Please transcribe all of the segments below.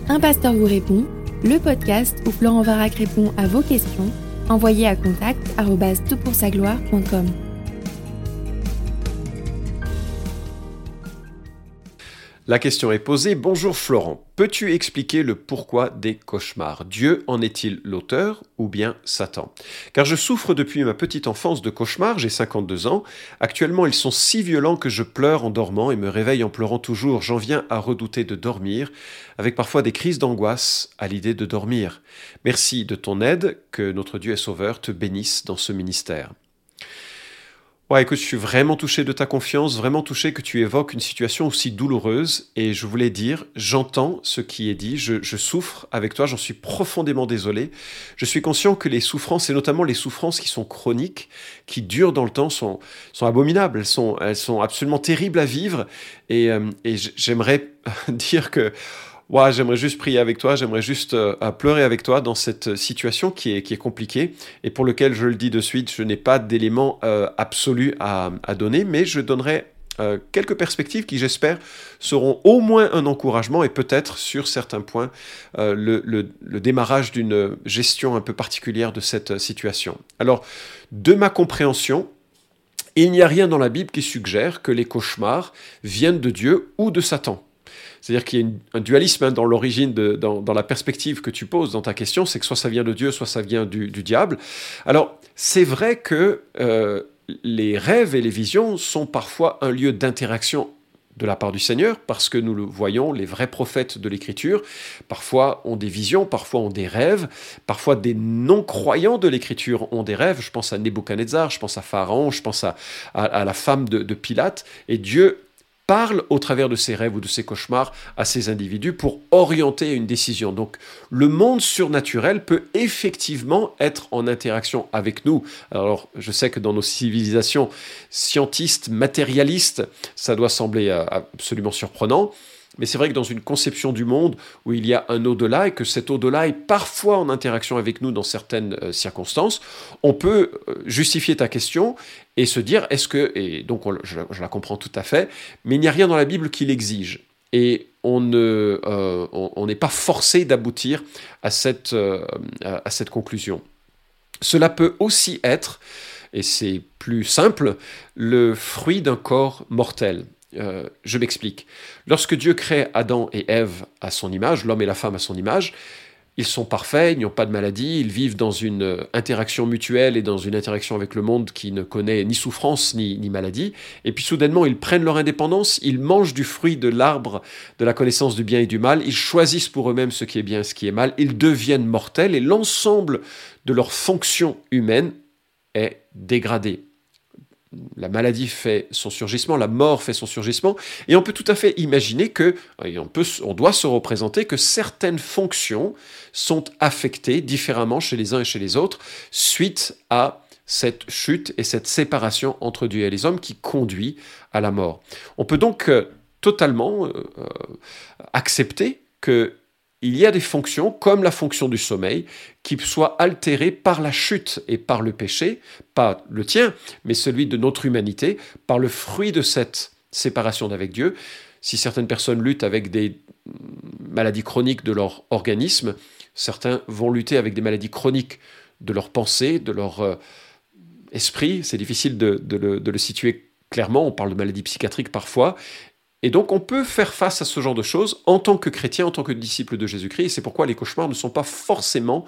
Un pasteur vous répond, le podcast où Florent Varac répond à vos questions, envoyez à contact@toutpoursagloire.com. La question est posée. Bonjour Florent, peux-tu expliquer le pourquoi des cauchemars ? Dieu en est-il l'auteur ou bien Satan ? Car je souffre depuis ma petite enfance de cauchemars, j'ai 52 ans. Actuellement, ils sont si violents que je pleure en dormant et me réveille en pleurant toujours. J'en viens à redouter de dormir, avec parfois des crises d'angoisse à l'idée de dormir. Merci de ton aide, que notre Dieu et Sauveur te bénisse dans ce ministère. Ouais, écoute, je suis vraiment touché de ta confiance, vraiment touché que tu évoques une situation aussi douloureuse. Et je voulais dire, j'entends ce qui est dit, je souffre avec toi, j'en suis profondément désolé. Je suis conscient que les souffrances, et notamment les souffrances qui sont chroniques, qui durent dans le temps, sont abominables. Elles sont absolument terribles à vivre. Et j'aimerais dire que... Ouais, j'aimerais juste prier avec toi, j'aimerais juste pleurer avec toi dans cette situation qui est compliquée et pour lequel, je le dis de suite, je n'ai pas d'éléments absolus à donner, mais je donnerai quelques perspectives qui, j'espère, seront au moins un encouragement et peut-être, sur certains points, le démarrage d'une gestion un peu particulière de cette situation. Alors, de ma compréhension, il n'y a rien dans la Bible qui suggère que les cauchemars viennent de Dieu ou de Satan. C'est-à-dire qu'il y a un dualisme dans l'origine, dans la perspective que tu poses dans ta question, c'est que soit ça vient de Dieu, soit ça vient du diable. Alors, c'est vrai que les rêves et les visions sont parfois un lieu d'interaction de la part du Seigneur, parce que nous le voyons, les vrais prophètes de l'Écriture, parfois ont des visions, parfois ont des rêves, parfois des non-croyants de l'Écriture ont des rêves. Je pense à Nebuchadnezzar, je pense à Pharaon, je pense à la femme de Pilate, et Dieu parle au travers de ses rêves ou de ses cauchemars à ces individus pour orienter une décision. Donc, le monde surnaturel peut effectivement être en interaction avec nous. Alors, je sais que dans nos civilisations scientistes, matérialistes, ça doit sembler absolument surprenant, mais c'est vrai que dans une conception du monde où il y a un au-delà et que cet au-delà est parfois en interaction avec nous dans certaines circonstances, on peut justifier ta question et se dire, et donc je la comprends tout à fait, mais il n'y a rien dans la Bible qui l'exige. Et on n'est pas forcé d'aboutir à cette conclusion. Cela peut aussi être, et c'est plus simple, le fruit d'un corps mortel. Je m'explique. Lorsque Dieu crée Adam et Ève à son image, l'homme et la femme à son image, ils sont parfaits, ils n'ont pas de maladie, ils vivent dans une interaction mutuelle et dans une interaction avec le monde qui ne connaît ni souffrance ni maladie. Et puis soudainement, ils prennent leur indépendance, ils mangent du fruit de l'arbre de la connaissance du bien et du mal, ils choisissent pour eux-mêmes ce qui est bien et ce qui est mal, ils deviennent mortels et l'ensemble de leur fonction humaine est dégradé. La maladie fait son surgissement, la mort fait son surgissement, et on peut tout à fait imaginer on doit se représenter que certaines fonctions sont affectées différemment chez les uns et chez les autres suite à cette chute et cette séparation entre Dieu et les hommes qui conduit à la mort. On peut donc totalement accepter que il y a des fonctions, comme la fonction du sommeil, qui soient altérées par la chute et par le péché, pas le tien, mais celui de notre humanité, par le fruit de cette séparation d'avec Dieu. Si certaines personnes luttent avec des maladies chroniques de leur organisme, certains vont lutter avec des maladies chroniques de leur pensée, de leur esprit. C'est difficile de le situer clairement, on parle de maladies psychiatriques parfois. Et donc, on peut faire face à ce genre de choses en tant que chrétien, en tant que disciple de Jésus-Christ. Et c'est pourquoi les cauchemars ne sont pas forcément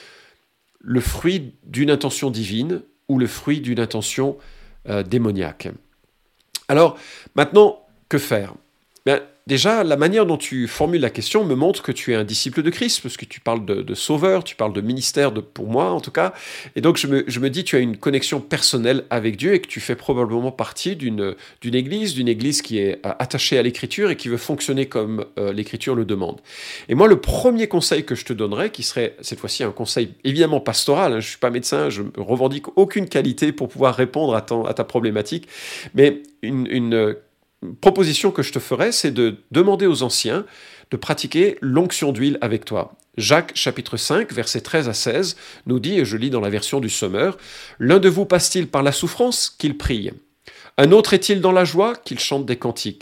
le fruit d'une intention divine ou le fruit d'une intention démoniaque. Alors, maintenant, que faire ? Déjà, la manière dont tu formules la question me montre que tu es un disciple de Christ, parce que tu parles de sauveur, tu parles de ministère, pour moi en tout cas. Et donc je me dis, tu as une connexion personnelle avec Dieu et que tu fais probablement partie d'une église qui est attachée à l'Écriture et qui veut fonctionner comme l'Écriture le demande. Et moi, le premier conseil que je te donnerais, qui serait cette fois-ci un conseil évidemment pastoral, je ne suis pas médecin, je ne revendique aucune qualité pour pouvoir répondre à ta problématique, mais une proposition que je te ferais, c'est de demander aux anciens de pratiquer l'onction d'huile avec toi. Jacques chapitre 5, versets 13 à 16, nous dit, et je lis dans la version du Sommeur, « L'un de vous passe-t-il par la souffrance qu'il prie ? Un autre est-il dans la joie qu'il chante des cantiques ?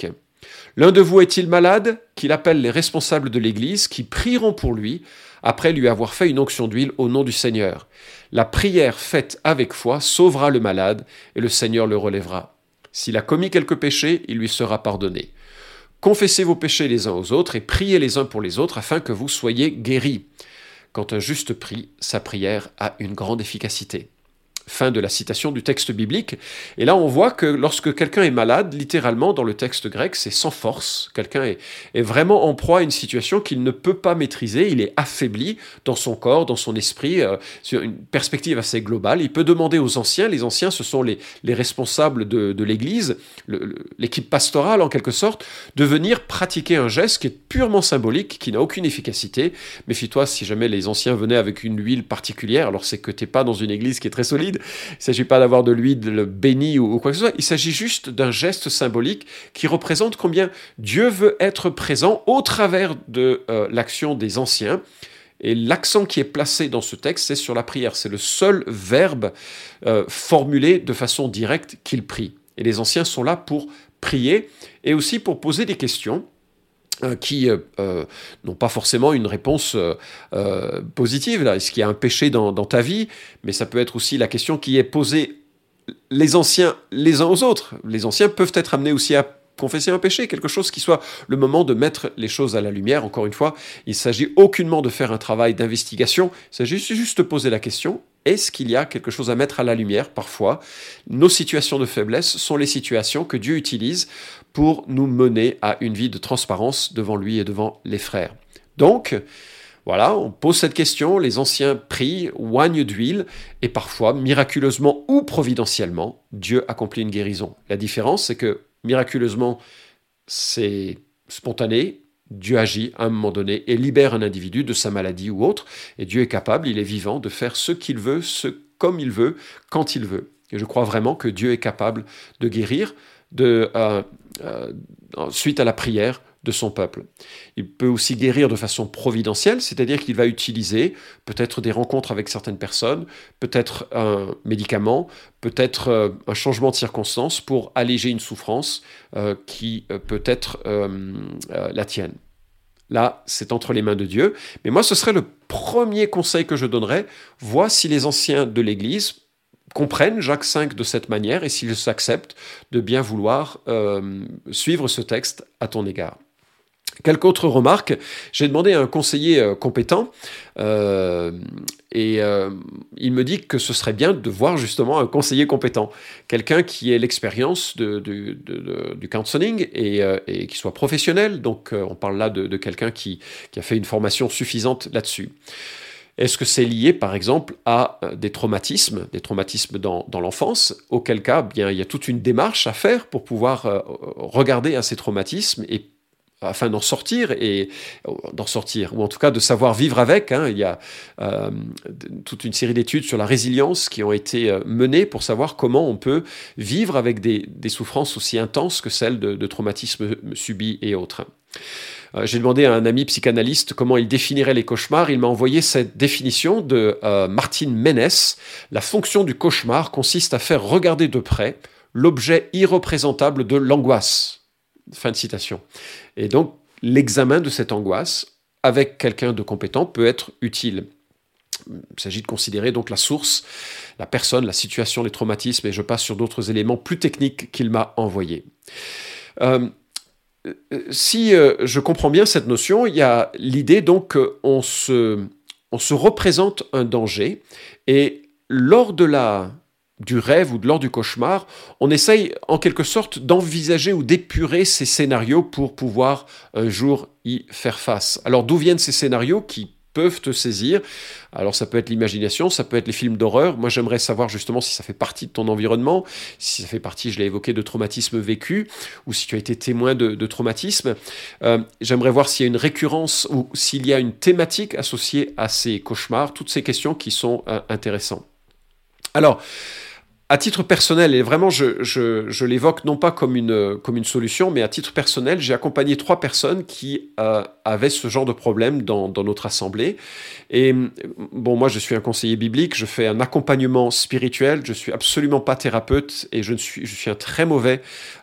L'un de vous est-il malade? Qu'il appelle les responsables de l'Église, qui prieront pour lui, après lui avoir fait une onction d'huile au nom du Seigneur. La prière faite avec foi sauvera le malade, et le Seigneur le relèvera. S'il a commis quelque péché, il lui sera pardonné. Confessez vos péchés les uns aux autres, et priez les uns pour les autres, afin que vous soyez guéris. Quand un juste prie, sa prière a une grande efficacité. Fin de la citation du texte biblique. Et là, on voit que lorsque quelqu'un est malade, littéralement, dans le texte grec, c'est sans force. Quelqu'un est vraiment en proie à une situation qu'il ne peut pas maîtriser. Il est affaibli dans son corps, dans son esprit, sur une perspective assez globale. Il peut demander aux anciens. Les anciens, ce sont les responsables de l'Église, l'équipe pastorale, en quelque sorte, de venir pratiquer un geste qui est purement symbolique, qui n'a aucune efficacité. Méfie-toi, si jamais les anciens venaient avec une huile particulière, alors c'est que tu n'es pas dans une église qui est très solide. Il ne s'agit pas d'avoir de l'huile bénie ou quoi que ce soit. Il s'agit juste d'un geste symbolique qui représente combien Dieu veut être présent au travers de l'action des anciens. Et l'accent qui est placé dans ce texte, c'est sur la prière. C'est le seul verbe formulé de façon directe qu'il prie. Et les anciens sont là pour prier et aussi pour poser des questions qui n'ont pas forcément une réponse positive. Là. Est-ce qu'il y a un péché dans ta vie? Mais ça peut être aussi la question qui est posée les anciens les uns aux autres. Les anciens peuvent être amenés aussi à confesser un péché, quelque chose qui soit le moment de mettre les choses à la lumière. Encore une fois, il ne s'agit aucunement de faire un travail d'investigation, il s'agit juste de poser la question, est-ce qu'il y a quelque chose à mettre à la lumière? Parfois, nos situations de faiblesse sont les situations que Dieu utilise pour nous mener à une vie de transparence devant lui et devant les frères. Donc, voilà, on pose cette question, les anciens prient, oignent d'huile, et parfois, miraculeusement ou providentiellement, Dieu accomplit une guérison. La différence, c'est que miraculeusement, c'est spontané, Dieu agit à un moment donné et libère un individu de sa maladie ou autre, et Dieu est capable, il est vivant, de faire ce qu'il veut, comme il veut, quand il veut. Et je crois vraiment que Dieu est capable de guérir suite à la prière de son peuple. Il peut aussi guérir de façon providentielle, c'est-à-dire qu'il va utiliser peut-être des rencontres avec certaines personnes, peut-être un médicament, peut-être un changement de circonstance pour alléger une souffrance qui peut être la tienne. Là, c'est entre les mains de Dieu. Mais moi, ce serait le premier conseil que je donnerais. Vois si les anciens de l'Église comprennent Jacques V de cette manière et s'ils s'acceptent de bien vouloir suivre ce texte à ton égard. Quelques autres remarques. J'ai demandé à un conseiller compétent et il me dit que ce serait bien de voir justement un conseiller compétent, quelqu'un qui ait l'expérience du counseling et qui soit professionnel. Donc on parle là de quelqu'un qui a fait une formation suffisante là-dessus. Est-ce que c'est lié, par exemple, à des traumatismes dans l'enfance, auquel cas, bien, il y a toute une démarche à faire pour pouvoir regarder à ces traumatismes et afin d'en sortir, ou en tout cas de savoir vivre avec. Il y a toute une série d'études sur la résilience qui ont été menées pour savoir comment on peut vivre avec des souffrances aussi intenses que celles de traumatismes subis et autres. J'ai demandé à un ami psychanalyste comment il définirait les cauchemars. Il m'a envoyé cette définition de Martin Ménès. La fonction du cauchemar consiste à faire regarder de près l'objet irreprésentable de l'angoisse. Fin de citation. Et donc, l'examen de cette angoisse avec quelqu'un de compétent peut être utile. Il s'agit de considérer donc la source, la personne, la situation, les traumatismes, et je passe sur d'autres éléments plus techniques qu'il m'a envoyés. Si je comprends bien cette notion, il y a l'idée donc qu'on se représente un danger et lors du rêve ou lors du cauchemar, on essaye en quelque sorte d'envisager ou d'épurer ces scénarios pour pouvoir un jour y faire face. Alors d'où viennent ces scénarios qui peuvent te saisir? Alors ça peut être l'imagination, ça peut être les films d'horreur. Moi j'aimerais savoir justement si ça fait partie de ton environnement, si ça fait partie, je l'ai évoqué, de traumatismes vécus, ou si tu as été témoin de traumatismes. J'aimerais voir s'il y a une récurrence ou s'il y a une thématique associée à ces cauchemars, toutes ces questions qui sont intéressantes. Alors, À titre personnel, et vraiment je l'évoque non pas comme une solution, mais à titre personnel, j'ai accompagné 3 personnes qui avaient ce genre de problème dans notre assemblée. Et bon, moi je suis un conseiller biblique, je fais un accompagnement spirituel, je suis absolument pas thérapeute et je suis un très mauvais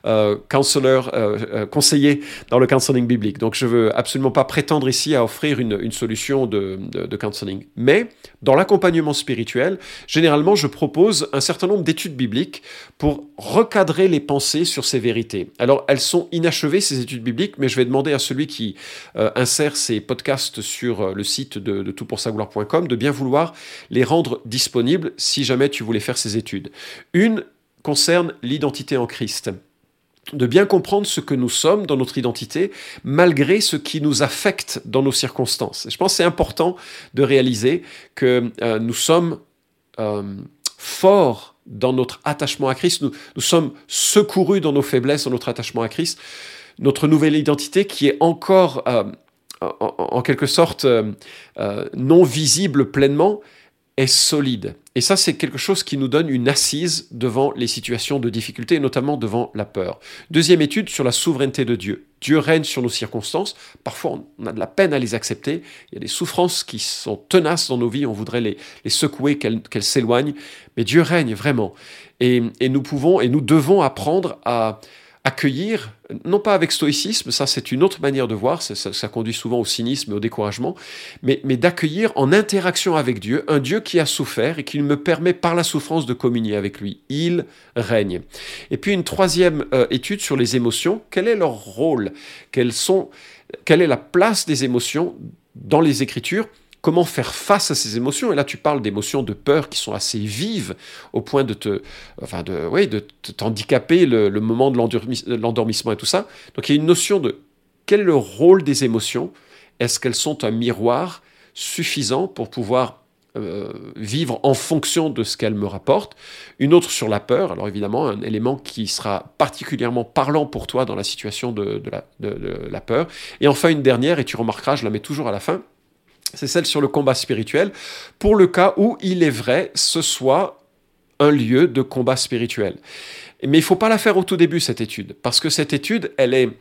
conseiller dans le counseling biblique. Donc je veux absolument pas prétendre ici à offrir une solution de counseling. Mais dans l'accompagnement spirituel, généralement je propose un certain nombre d'études bibliques pour recadrer les pensées sur ces vérités. Alors, elles sont inachevées, ces études bibliques, mais je vais demander à celui qui insère ces podcasts sur le site de toutpoursagloire.com de bien vouloir les rendre disponibles si jamais tu voulais faire ces études. Une concerne l'identité en Christ. De bien comprendre ce que nous sommes dans notre identité, malgré ce qui nous affecte dans nos circonstances. Et je pense que c'est important de réaliser que nous sommes forts dans notre attachement à Christ, nous sommes secourus dans nos faiblesses, dans notre attachement à Christ. Notre nouvelle identité qui est encore, en quelque sorte, non visible pleinement, est solide. Et ça, c'est quelque chose qui nous donne une assise devant les situations de difficulté, et notamment devant la peur. Deuxième étude sur la souveraineté de Dieu. Dieu règne sur nos circonstances. Parfois, on a de la peine à les accepter. Il y a des souffrances qui sont tenaces dans nos vies. On voudrait les secouer, qu'elles s'éloignent. Mais Dieu règne vraiment. Et nous devons apprendre à accueillir, non pas avec stoïcisme, ça c'est une autre manière de voir, ça conduit souvent au cynisme et au découragement, mais d'accueillir en interaction avec Dieu, un Dieu qui a souffert et qui me permet par la souffrance de communier avec lui. Il règne. Et puis une troisième étude sur les émotions, quel est leur rôle? Quelle est la place des émotions dans les Écritures? Comment faire face à ces émotions? Et là, tu parles d'émotions de peur qui sont assez vives au point de t'handicaper le moment de l'endormissement et tout ça. Donc, il y a une notion de quel est le rôle des émotions? Est-ce qu'elles sont un miroir suffisant pour pouvoir vivre en fonction de ce qu'elles me rapportent? Une autre sur la peur. Alors, évidemment, un élément qui sera particulièrement parlant pour toi dans la situation de la peur. Et enfin, une dernière, et tu remarqueras, je la mets toujours à la fin, c'est celle sur le combat spirituel, pour le cas où il est vrai, ce soit un lieu de combat spirituel. Mais il ne faut pas la faire au tout début, cette étude, parce que cette étude, elle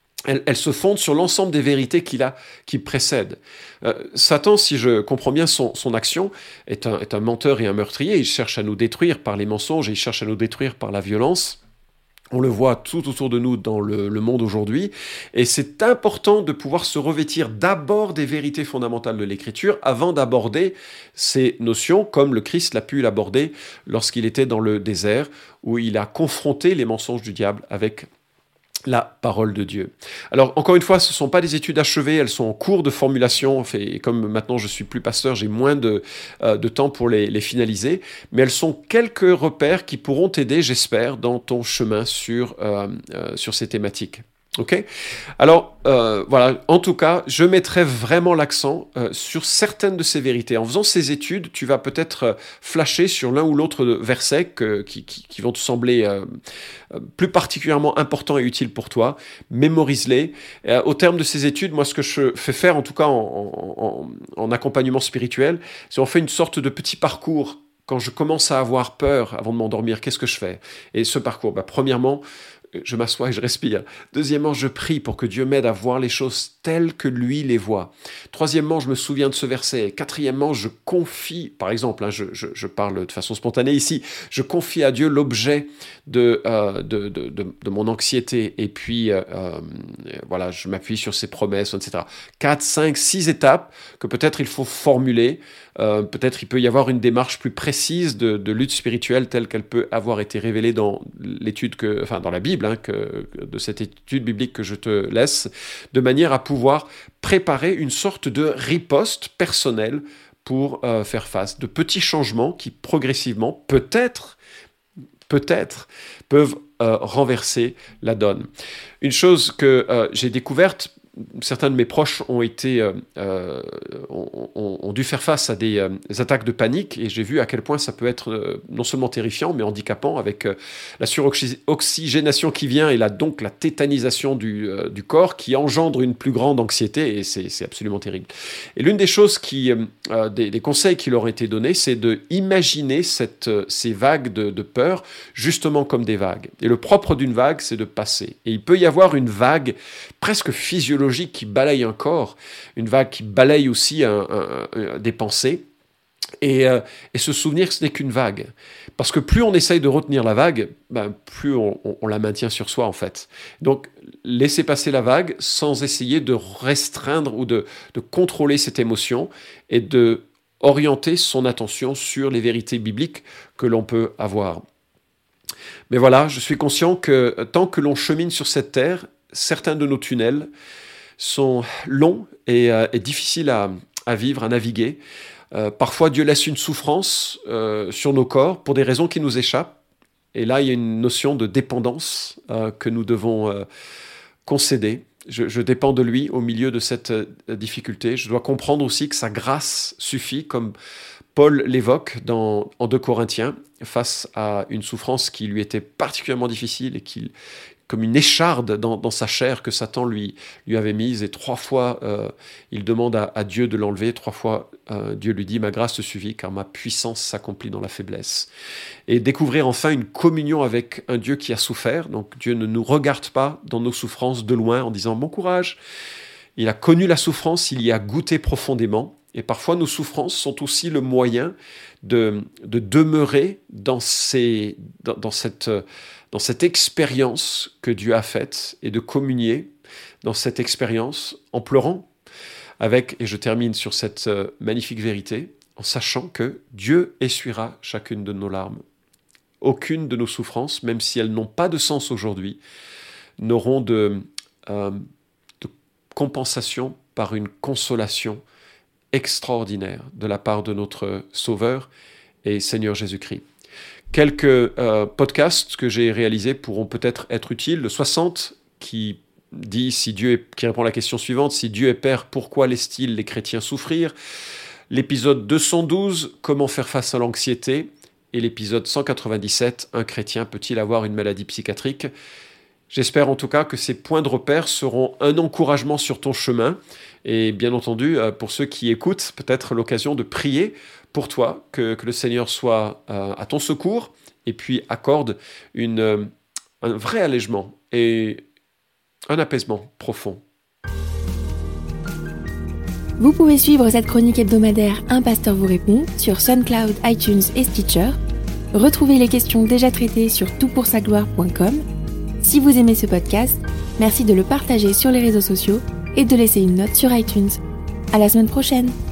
se fonde sur l'ensemble des vérités qui précèdent. Satan, si je comprends bien son action, est un menteur et un meurtrier. Il cherche à nous détruire par les mensonges et il cherche à nous détruire par la violence. On le voit tout autour de nous dans le monde aujourd'hui, et c'est important de pouvoir se revêtir d'abord des vérités fondamentales de l'Écriture avant d'aborder ces notions comme le Christ l'a pu l'aborder lorsqu'il était dans le désert, où il a confronté les mensonges du diable avec la parole de Dieu. Alors, encore une fois, ce ne sont pas des études achevées, elles sont en cours de formulation, et comme maintenant je ne suis plus pasteur, j'ai moins de temps pour les finaliser, mais elles sont quelques repères qui pourront t'aider, j'espère, dans ton chemin sur ces thématiques. Ok? Alors, voilà, en tout cas, je mettrai vraiment l'accent sur certaines de ces vérités. En faisant ces études, tu vas peut-être flasher sur l'un ou l'autre verset qui vont te sembler plus particulièrement importants et utiles pour toi. Mémorise-les. Au terme de ces études, moi, ce que je fais faire, en tout cas en accompagnement spirituel, c'est on fait une sorte de petit parcours. Quand je commence à avoir peur avant de m'endormir, qu'est-ce que je fais? Et ce parcours, premièrement, je m'assois et je respire. Deuxièmement, je prie pour que Dieu m'aide à voir les choses telles que lui les voit. Troisièmement, je me souviens de ce verset. Quatrièmement, je confie, par exemple, je parle de façon spontanée ici, je confie à Dieu l'objet de mon anxiété. Et puis, voilà, je m'appuie sur ses promesses, etc. 4, 5, 6 étapes que peut-être il faut formuler. Peut-être il peut y avoir une démarche plus précise de lutte spirituelle telle qu'elle peut avoir été révélée dans l'étude dans la Bible, de cette étude biblique que je te laisse, de manière à pouvoir préparer une sorte de riposte personnelle pour faire face. De petits changements qui progressivement, peut-être, peuvent renverser la donne. Une chose que j'ai découverte certains de mes proches ont dû faire face à des attaques de panique, et j'ai vu à quel point ça peut être non seulement terrifiant, mais handicapant, avec la suroxygénation qui vient et donc la tétanisation du corps qui engendre une plus grande anxiété, et c'est absolument terrible. Et l'une des choses des conseils qui leur ont été donnés, c'est de imaginer ces vagues de peur justement comme des vagues. Et le propre d'une vague, c'est de passer. Et il peut y avoir une vague presque physiologique qui balaye un corps, une vague qui balaye aussi des pensées, et se souvenir que ce n'est qu'une vague. Parce que plus on essaye de retenir la vague, plus on la maintient sur soi en fait. Donc laisser passer la vague sans essayer de restreindre ou de contrôler cette émotion, et de orienter son attention sur les vérités bibliques que l'on peut avoir. Mais voilà, je suis conscient que tant que l'on chemine sur cette terre, certains de nos tunnels sont longs et difficiles à vivre, à naviguer. Parfois, Dieu laisse une souffrance sur nos corps pour des raisons qui nous échappent. Et là, il y a une notion de dépendance que nous devons concéder. Je dépends de lui au milieu de cette difficulté. Je dois comprendre aussi que sa grâce suffit, comme Paul l'évoque en 2 Corinthiens, face à une souffrance qui lui était particulièrement difficile et comme une écharde dans sa chair que Satan lui avait mise. Et 3 fois, il demande à Dieu de l'enlever. 3 fois, Dieu lui dit « Ma grâce te suffit, car ma puissance s'accomplit dans la faiblesse. » Et découvrir enfin une communion avec un Dieu qui a souffert. Donc Dieu ne nous regarde pas dans nos souffrances de loin en disant « Bon courage ». Il a connu la souffrance, il y a goûté profondément. Et parfois, nos souffrances sont aussi le moyen de demeurer dans cette expérience que Dieu a faite, et de communier dans cette expérience en pleurant avec, et je termine sur cette magnifique vérité, en sachant que Dieu essuiera chacune de nos larmes. Aucune de nos souffrances, même si elles n'ont pas de sens aujourd'hui, n'auront de compensation par une consolation extraordinaire de la part de notre Sauveur et Seigneur Jésus-Christ. Quelques podcasts que j'ai réalisés pourront peut-être être utiles. Le 60 qui répond à la question suivante: si Dieu est Père, pourquoi laisse-t-il les chrétiens souffrir? L'épisode 212, comment faire face à l'anxiété? Et l'épisode 197, un chrétien peut-il avoir une maladie psychiatrique? J'espère en tout cas que ces points de repère seront un encouragement sur ton chemin, et bien entendu, pour ceux qui écoutent, peut-être l'occasion de prier pour toi, que le Seigneur soit à ton secours, et puis accorde un vrai allègement et un apaisement profond. Vous pouvez suivre cette chronique hebdomadaire Un pasteur vous répond sur SoundCloud, iTunes et Stitcher. Retrouvez les questions déjà traitées sur toutpoursagloire.com. Si vous aimez ce podcast, merci de le partager sur les réseaux sociaux et de laisser une note sur iTunes. À la semaine prochaine!